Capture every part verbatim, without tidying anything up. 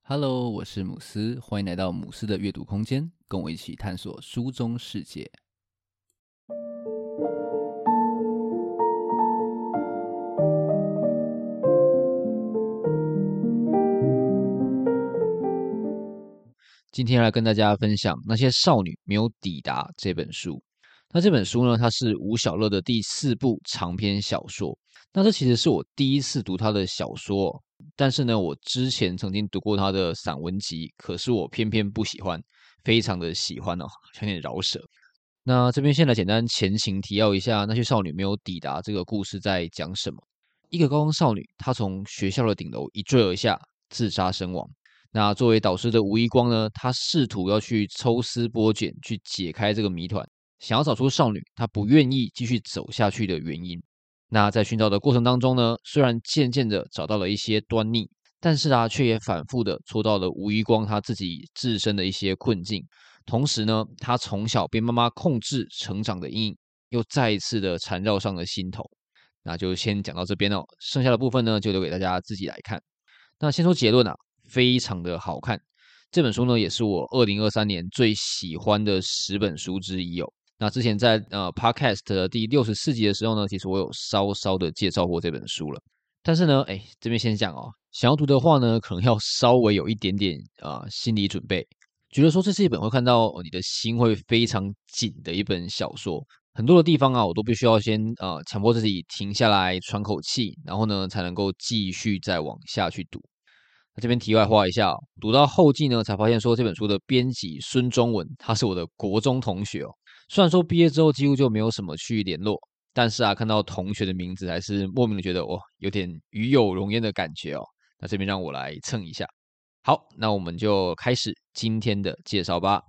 Hello，我是姆斯，欢迎来到姆斯的阅读空间，跟我一起探索书中世界。今天来跟大家分享那些少女没有抵达这本书。那这本书呢，它是吴晓乐的第四部长篇小说。那这其实是我第一次读他的小说哦，但是呢，我之前曾经读过他的散文集，可是我偏偏不喜欢，非常的喜欢哦，好像有点饶舌。那这边先来简单前情提要一下，那些少女没有抵达这个故事在讲什么。一个高中少女，她从学校的顶楼一坠而下，自杀身亡。那作为导师的吴一光呢，他试图要去抽丝剥茧，去解开这个谜团，想要找出少女她不愿意继续走下去的原因。那在寻找的过程当中呢，虽然渐渐的找到了一些端倪，但是啊，却也反复的戳到了吴一光他自己自身的一些困境。同时呢，他从小被妈妈控制成长的阴影，又再一次的缠绕上了心头。那就先讲到这边哦，剩下的部分呢，就留给大家自己来看。那先说结论啊，非常的好看。这本书呢，也是我二零二三年最喜欢的十本书之一哦。那之前在呃 Podcast 的第六十四集的时候呢，其实我有稍稍的介绍过这本书了。但是呢，哎，这边先讲哦，想要读的话呢，可能要稍微有一点点啊、呃心理准备，觉得说这是一本会看到、哦、你的心会非常紧的一本小说。很多的地方啊，我都必须要先呃强迫自己停下来喘口气，然后呢才能够继续再往下去读。那这边题外话一下哦，读到后记呢，才发现说这本书的编辑孙中文，他是我的国中同学哦。虽然说毕业之后几乎就没有什么去联络，但是啊，看到同学的名字，还是莫名的觉得哦，有点与有荣焉的感觉哦。那这边让我来蹭一下。好，那我们就开始今天的介绍吧。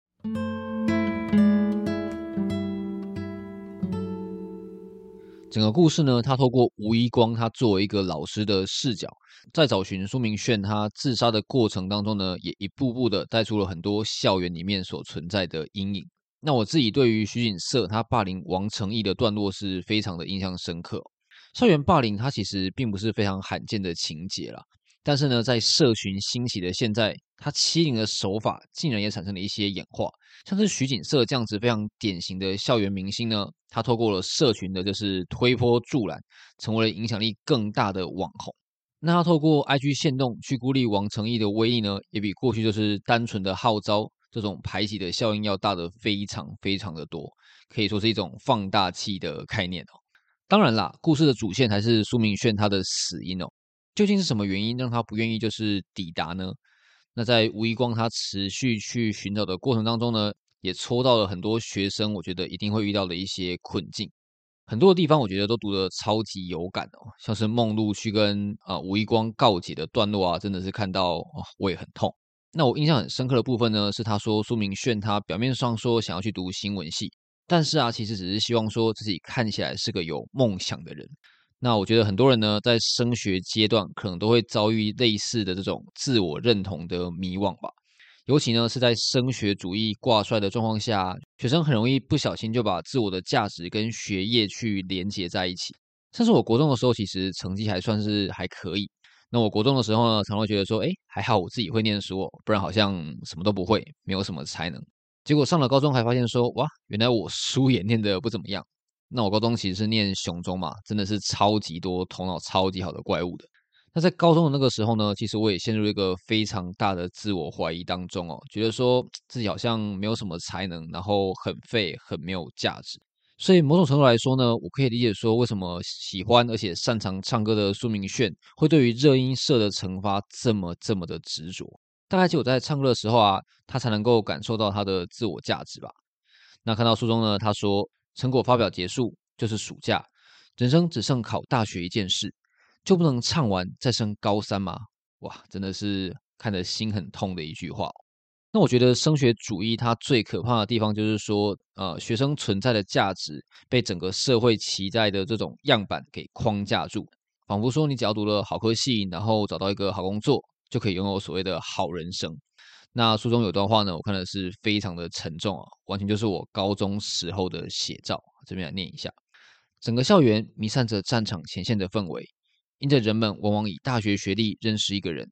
整个故事呢，他透过吴一光他作为一个老师的视角，在找寻苏明炫他自杀的过程当中呢，也一步步的带出了很多校园里面所存在的阴影。那我自己对于徐锦瑟他霸凌王成义的段落是非常的印象深刻。校园霸凌它其实并不是非常罕见的情节啦，但是呢，在社群兴起的现在，他欺凌的手法竟然也产生了一些演化。像是徐锦瑟这样子非常典型的校园明星呢，他透过了社群的就是推波助澜，成为了影响力更大的网红。那他透过 I G 限动去孤立王成义的威力呢，也比过去就是单纯的号召这种排挤的效应要大的非常非常的多，可以说是一种放大器的概念哦。当然啦，故事的主线还是苏明炫他的死因哦。究竟是什么原因让他不愿意就是抵达呢？那在吴一光他持续去寻找的过程当中呢，也戳到了很多学生，我觉得一定会遇到的一些困境。很多的地方我觉得都读得超级有感哦，像是梦露去跟啊、呃吴一光告解的段落啊，真的是看到哦，我也很痛。那我印象很深刻的部分呢，是他说苏明炫他表面上说想要去读新闻系，但是啊，其实只是希望说自己看起来是个有梦想的人。那我觉得很多人呢，在升学阶段可能都会遭遇类似的这种自我认同的迷惘吧。尤其呢是在升学主义挂帅的状况下，学生很容易不小心就把自我的价值跟学业去连结在一起。像是我国中的时候，其实成绩还算是还可以。那我国中的时候呢，常会觉得说，哎，还好我自己会念书哦，不然好像什么都不会，没有什么才能。结果上了高中还发现说，哇，原来我书也念得不怎么样。那我高中其实是念雄中嘛，真的是超级多头脑超级好的怪物的。那在高中的那个时候呢，其实我也陷入一个非常大的自我怀疑当中哦，觉得说自己好像没有什么才能，然后很废，很没有价值。所以某种程度来说呢，我可以理解说为什么喜欢而且擅长唱歌的苏明炫会对于热音社的惩罚这么这么的执着。大概只有在唱歌的时候啊，他才能够感受到他的自我价值吧。那看到书中呢，他说成果发表结束就是暑假，人生只剩考大学一件事，就不能唱完再升高三吗？哇，真的是看得心很痛的一句话哦。那我觉得升学主义它最可怕的地方就是说，呃，学生存在的价值被整个社会期待的这种样板给框架住，仿佛说你只要读了好科系，然后找到一个好工作，就可以拥有所谓的好人生。那书中有段话呢，我看的是非常的沉重啊，完全就是我高中时候的写照。这边来念一下：整个校园弥散着战场前线的氛围，因着人们往往以大学学历认识一个人，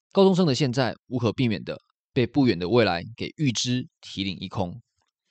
高中生的现在无可避免的被不远的未来给预知提领一空。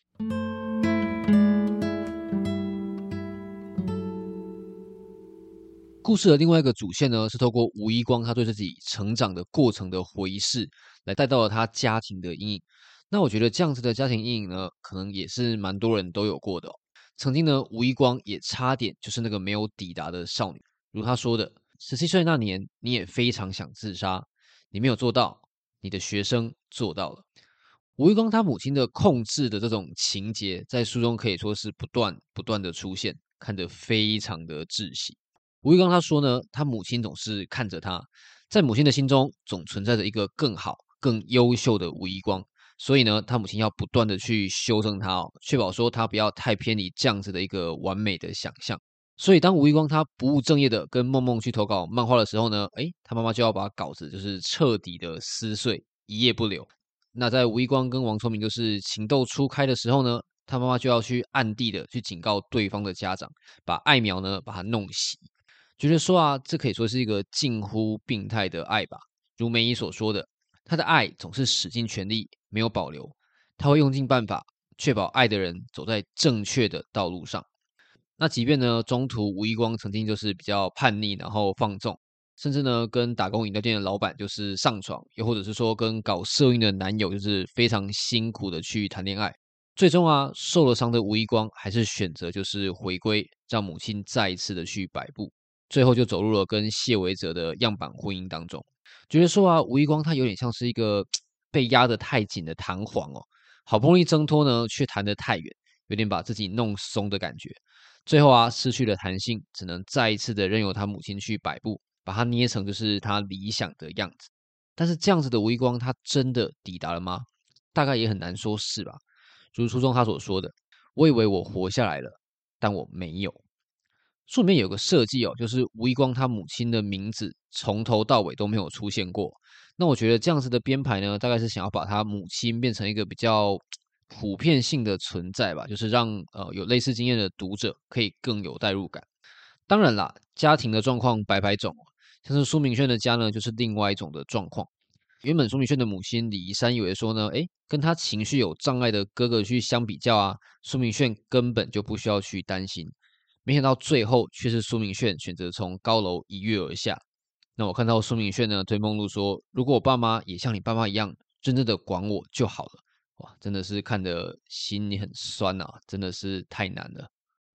故事的另外一个主线呢，是透过吴一光他对自己成长的过程的回忆式，来带到了他家庭的阴影。那我觉得这样子的家庭阴影呢，可能也是蛮多人都有过的哦。曾经呢，吴一光也差点就是那个没有抵达的少女，如他说的，十七岁那年你也非常想自杀，你没有做到，你的学生做到了。吴一光他母亲的控制的这种情节，在书中可以说是不断不断的出现，看得非常的窒息。吴一光他说呢，他母亲总是看着他，在母亲的心中总存在着一个更好、更优秀的吴一光，所以呢，他母亲要不断的去修正他哦，确保说他不要太偏离这样子的一个完美的想象。所以当吴一光他不务正业的跟梦梦去投稿漫画的时候呢，诶，他妈妈就要把稿子就是彻底的撕碎，一页不留。那在吴一光跟王聪明就是情窦初开的时候呢，他妈妈就要去暗地的去警告对方的家长，把爱苗呢把它弄熄。觉得说啊，这可以说是一个近乎病态的爱吧。如梅姨所说的，他的爱总是使尽全力，没有保留，他会用尽办法确保爱的人走在正确的道路上。那即便呢，中途吴一光曾经就是比较叛逆，然后放纵，甚至呢跟打工饮料店的老板就是上床，又或者是说跟搞社运的男友就是非常辛苦的去谈恋爱。最终啊，受了伤的吴一光还是选择就是回归，让母亲再一次的去摆布，最后就走入了跟谢维哲的样板婚姻当中。觉得说啊，吴一光他有点像是一个被压得太紧的弹簧哦，好不容易挣脱呢，却弹得太远，有点把自己弄松的感觉。最后啊，失去了弹性，只能再一次的任由他母亲去摆布，把它捏成就是他理想的样子。但是这样子的吴一光，他真的抵达了吗？大概也很难说是吧。如书中他所说的，我以为我活下来了，但我没有。书里面有个设计哦，就是吴一光他母亲的名字从头到尾都没有出现过。那我觉得这样子的编排呢，大概是想要把他母亲变成一个比较普遍性的存在吧，就是让呃有类似经验的读者可以更有代入感。当然啦，家庭的状况百百种，像是苏明轩的家呢，就是另外一种的状况。原本苏明轩的母亲李怡山以为说呢，诶，跟他情绪有障碍的哥哥去相比较啊，苏明炫根本就不需要去担心。没想到最后却是苏明炫选择从高楼一跃而下。那我看到苏明炫呢对梦露说：“如果我爸妈也像你爸妈一样，真正的管我就好了。”哇，真的是看得心里很酸啊，真的是太难了。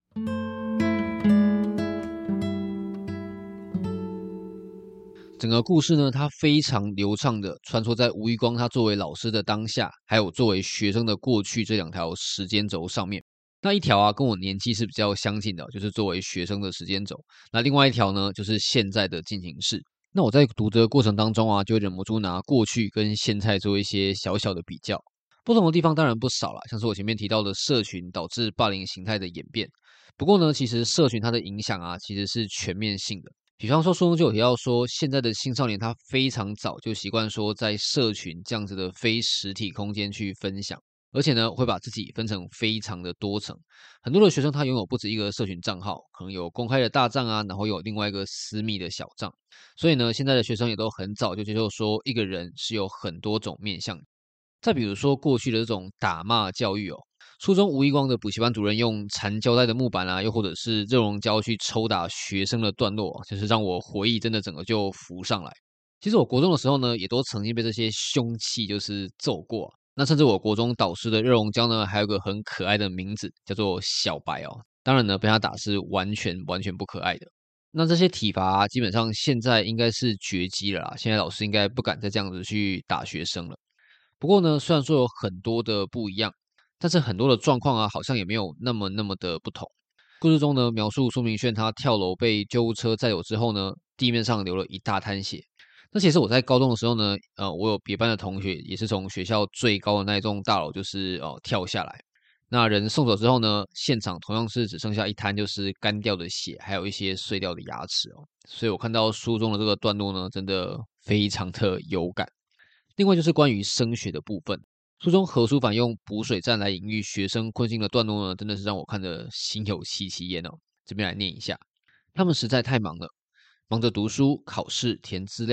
整个故事呢，它非常流畅的穿梭在吴一光他作为老师的当下，还有作为学生的过去这两条时间轴上面。那一条啊，跟我年纪是比较相近的，就是作为学生的时间轴。那另外一条呢，就是现在的进行式。那我在读的过程当中啊，就忍不住拿过去跟现在做一些小小的比较。不同的地方当然不少啦，像是我前面提到的社群导致霸凌形态的演变。不过呢，其实社群它的影响啊，其实是全面性的。比方说，书中就有提到说，现在的青少年他非常早就习惯说在社群这样子的非实体空间去分享，而且呢，会把自己分成非常的多层。很多的学生他拥有不止一个社群账号，可能有公开的大账啊，然后有另外一个私密的小账。所以呢，现在的学生也都很早就接受说，一个人是有很多种面相。再比如说过去的这种打骂教育哦，初中吴一光的补习班主任用缠胶带的木板啊，又或者是热熔胶去抽打学生的段落，就是让我回忆真的整个就浮上来。其实我国中的时候呢，也都曾经被这些凶器就是揍过啊。那甚至我国中导师的热熔胶呢，还有个很可爱的名字，叫做小白哦。当然呢，被他打是完全完全不可爱的。那这些体罚啊，基本上现在应该是绝迹了啦，现在老师应该不敢再这样子去打学生了。不过呢，虽然说有很多的不一样，但是很多的状况啊，好像也没有那么那么的不同。故事中呢，描述苏明炫他跳楼被救护车载走之后呢，地面上流了一大滩血。那其实我在高中的时候呢，呃，我有别班的同学也是从学校最高的那一栋大楼就是哦、呃、跳下来。那人送走之后呢，现场同样是只剩下一滩就是干掉的血，还有一些碎掉的牙齿哦。所以我看到书中的这个段落呢，真的非常的有感。另外就是关于升学的部分，书中何书凡用补水站来隐喻学生困境的段落呢，真的是让我看得心有戚戚焉哦。这边来念一下：他们实在太忙了，忙着读书、考试、填资料，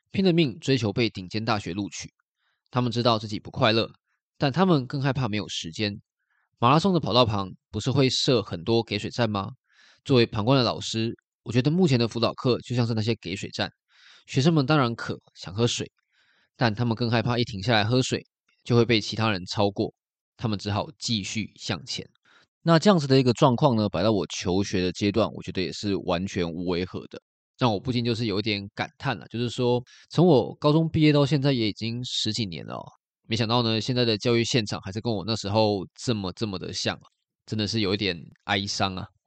拼了命追求被顶尖大学录取。他们知道自己不快乐，但他们更害怕没有时间。马拉松的跑道旁不是会设很多给水站吗？作为旁观的老师，我觉得目前的辅导课就像是那些给水站。学生们当然渴，想喝水，但他们更害怕一停下来喝水，就会被其他人超过。他们只好继续向前。那这样子的一个状况呢，摆到我求学的阶段，我觉得也是完全无违和的。让我不禁就是有一点感叹了，就是说，从我高中毕业到现在也已经十几年了哦，没想到呢，现在的教育现场还是跟我那时候这么这么的像啊，真的是有一点哀伤啊。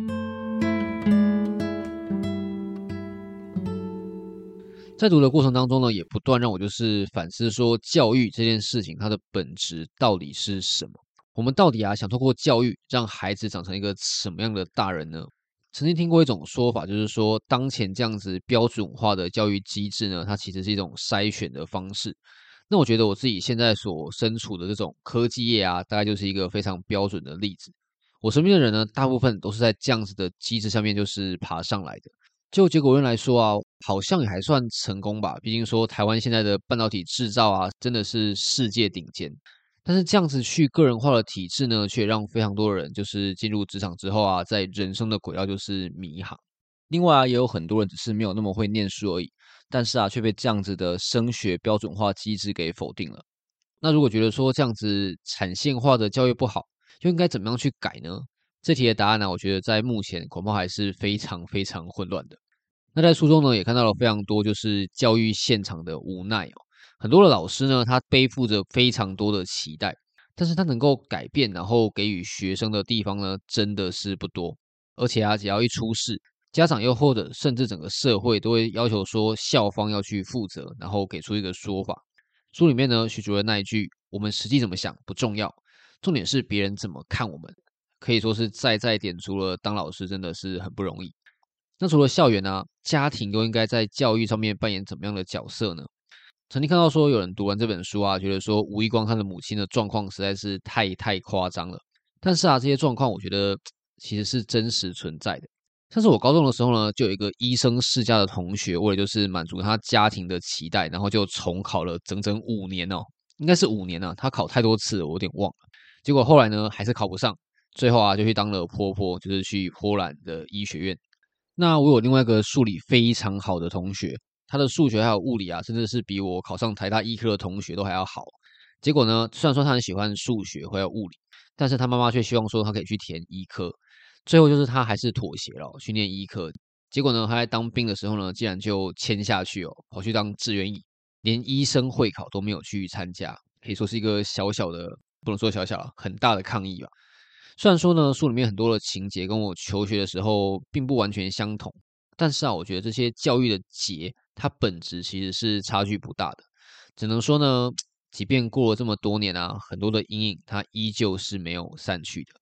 在读的过程当中呢，也不断让我就是反思说，教育这件事情它的本质到底是什么？我们到底啊想透过教育让孩子长成一个什么样的大人呢？曾经听过一种说法，就是说当前这样子标准化的教育机制呢，它其实是一种筛选的方式。那我觉得我自己现在所身处的这种科技业啊，大概就是一个非常标准的例子。我身边的人呢，大部分都是在这样子的机制上面就是爬上来的。就结果论来说啊，好像也还算成功吧。毕竟说台湾现在的半导体制造啊，真的是世界顶尖。但是这样子去个人化的体制呢，却让非常多人就是进入职场之后啊，在人生的轨道就是迷航。另外啊，也有很多人只是没有那么会念书而已，但是啊，却被这样子的升学标准化机制给否定了。那如果觉得说这样子产线化的教育不好，又应该怎么样去改呢？这题的答案呢，我觉得在目前恐怕还是非常非常混乱的。那在书中呢，也看到了非常多就是教育现场的无奈哦。很多的老师呢，他背负着非常多的期待，但是他能够改变然后给予学生的地方呢，真的是不多。而且啊，只要一出事，家长又或者甚至整个社会都会要求说校方要去负责，然后给出一个说法。书里面呢，许主任那一句“我们实际怎么想不重要，重点是别人怎么看我们”，可以说是再再点出了当老师真的是很不容易。那除了校园啊，家庭又应该在教育上面扮演怎么样的角色呢？曾经看到说有人读完这本书啊，觉得说吴一光他的母亲的状况实在是太太夸张了。但是啊，这些状况我觉得其实是真实存在的。像是我高中的时候呢，就有一个医生世家的同学，为了就是满足他家庭的期待，然后就重考了整整五年哦，应该是五年啊，他考太多次了，我有点忘了。结果后来呢，还是考不上，最后啊就去当了坡坡，就是去波兰的医学院。那我有另外一个数理非常好的同学，他的数学还有物理啊，甚至是比我考上台大医科的同学都还要好。结果呢，虽然说他很喜欢数学还有物理，但是他妈妈却希望说他可以去填医科。最后就是他还是妥协了，去念医科。结果呢，他在当兵的时候呢，竟然就签下去哦，跑去当志愿役，连医生会考都没有去参加，可以说是一个小小的，不能说小小，很大的抗议吧。虽然说呢，书里面很多的情节跟我求学的时候并不完全相同，但是啊，我觉得这些教育的结，它本质其实是差距不大的。只能说呢，即便过了这么多年啊，很多的阴影它依旧是没有散去的。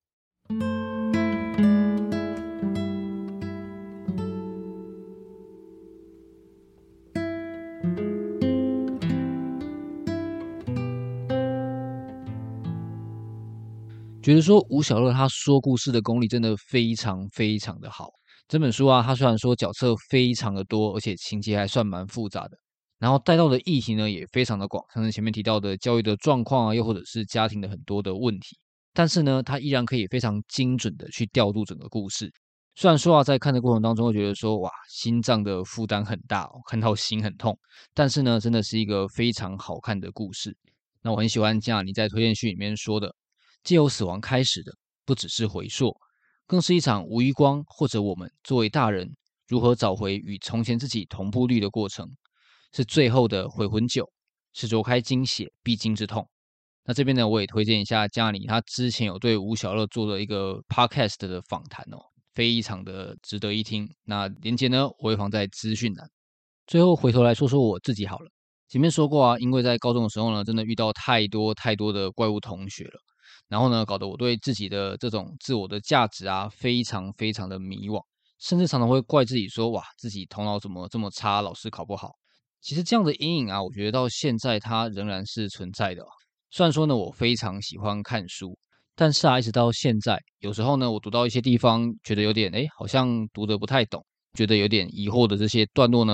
觉得说吴小乐他说故事的功力真的非常非常的好。这本书啊，它虽然说角色非常的多，而且情节还算蛮复杂的，然后带到的议题呢也非常的广，像是前面提到的教育的状况啊，又或者是家庭的很多的问题，但是呢，它依然可以非常精准的去调度整个故事。虽然说啊，在看的过程当中会觉得说哇，心脏的负担很大哦，看到心很痛，但是呢，真的是一个非常好看的故事。那我很喜欢加你在推荐序里面说的，借由死亡开始的，不只是回溯，更是一场无余光，或者我们作为大人如何找回与从前自己同步率的过程，是最后的回魂酒，是啄开经血必经之痛。那这边呢，我也推荐一下嘉里，他之前有对吴小乐做了一个 podcast 的访谈哦，非常的值得一听。那连结呢，我会放在资讯栏。最后回头来说说我自己好了。前面说过啊，因为在高中的时候呢，真的遇到太多太多的怪物同学了，然后呢，搞得我对自己的这种自我的价值啊，非常非常的迷惘，甚至常常会怪自己说，哇，自己头脑怎么这么差，老是考不好。其实这样的阴影啊，我觉得到现在它仍然是存在的哦。虽然说呢，我非常喜欢看书，但是啊，一直到现在，有时候呢，我读到一些地方，觉得有点，诶，好像读得不太懂，觉得有点疑惑的这些段落呢，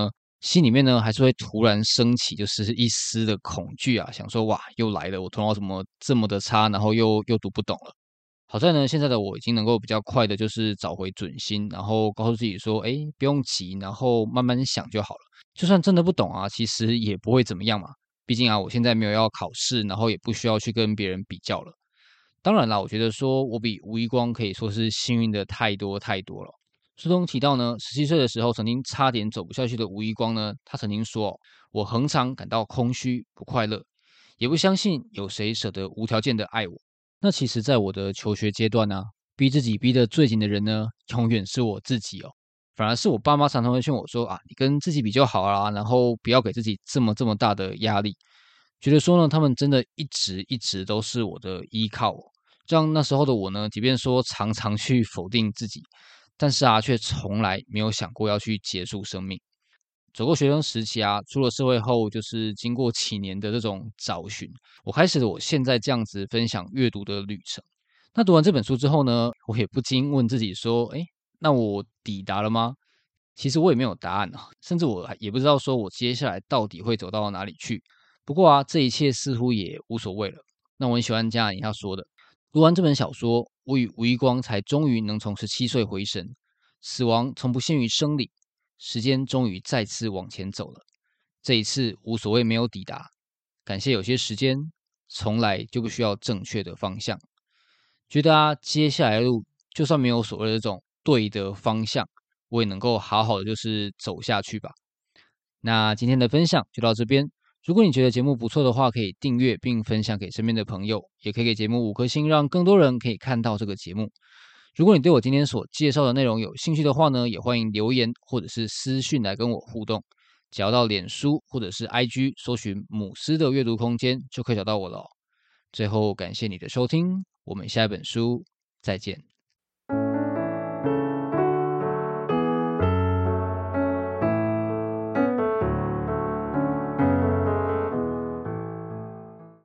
心里面呢还是会突然升起就是一丝的恐惧啊，想说哇又来了，我头脑怎么这么的差，然后又又读不懂了。好在呢，现在的我已经能够比较快的，就是找回准心，然后告诉自己说，哎，不用急，然后慢慢想就好了。就算真的不懂啊，其实也不会怎么样嘛。毕竟啊，我现在没有要考试，然后也不需要去跟别人比较了。当然啦，我觉得说我比吴一光可以说是幸运的太多太多了。书中提到呢，十七岁的时候曾经差点走不下去的吴一光呢，他曾经说哦：“我恒常感到空虚、不快乐，也不相信有谁舍得无条件的爱我。”那其实，在我的求学阶段呢、逼自己逼得最紧的人呢，永远是我自己哦。反而是我爸妈常常会劝我说啊，你跟自己比就好啦，然后不要给自己这么这么大的压力。觉得说呢，他们真的一直一直都是我的依靠哦。这样那时候的我呢，即便说常常去否定自己，但是啊，却从来没有想过要去结束生命。走过学生时期啊，出了社会后，就是经过几年的这种找寻，我开始了我现在这样子分享阅读的旅程。那读完这本书之后呢，我也不禁问自己说：“诶，那我抵达了吗？”其实我也没有答案啊，甚至我还也不知道说我接下来到底会走到哪里去。不过啊，这一切似乎也无所谓了。那我很喜欢加雅尼他说的：读完这本小说，我与吴一光才终于能从十七岁回神，死亡从不限于生理，时间终于再次往前走了。这一次无所谓没有抵达，感谢有些时间从来就不需要正确的方向。觉得啊，接下来的路就算没有所谓的这种对的方向，我也能够好好的就是走下去吧。那今天的分享就到这边。如果你觉得节目不错的话，可以订阅并分享给身边的朋友，也可以给节目五颗星，让更多人可以看到这个节目。如果你对我今天所介绍的内容有兴趣的话呢，也欢迎留言或者是私讯来跟我互动。只要到脸书或者是 I G 搜寻“姆斯的阅读空间”，就可以找到我了哦。最后，感谢你的收听，我们下一本书再见。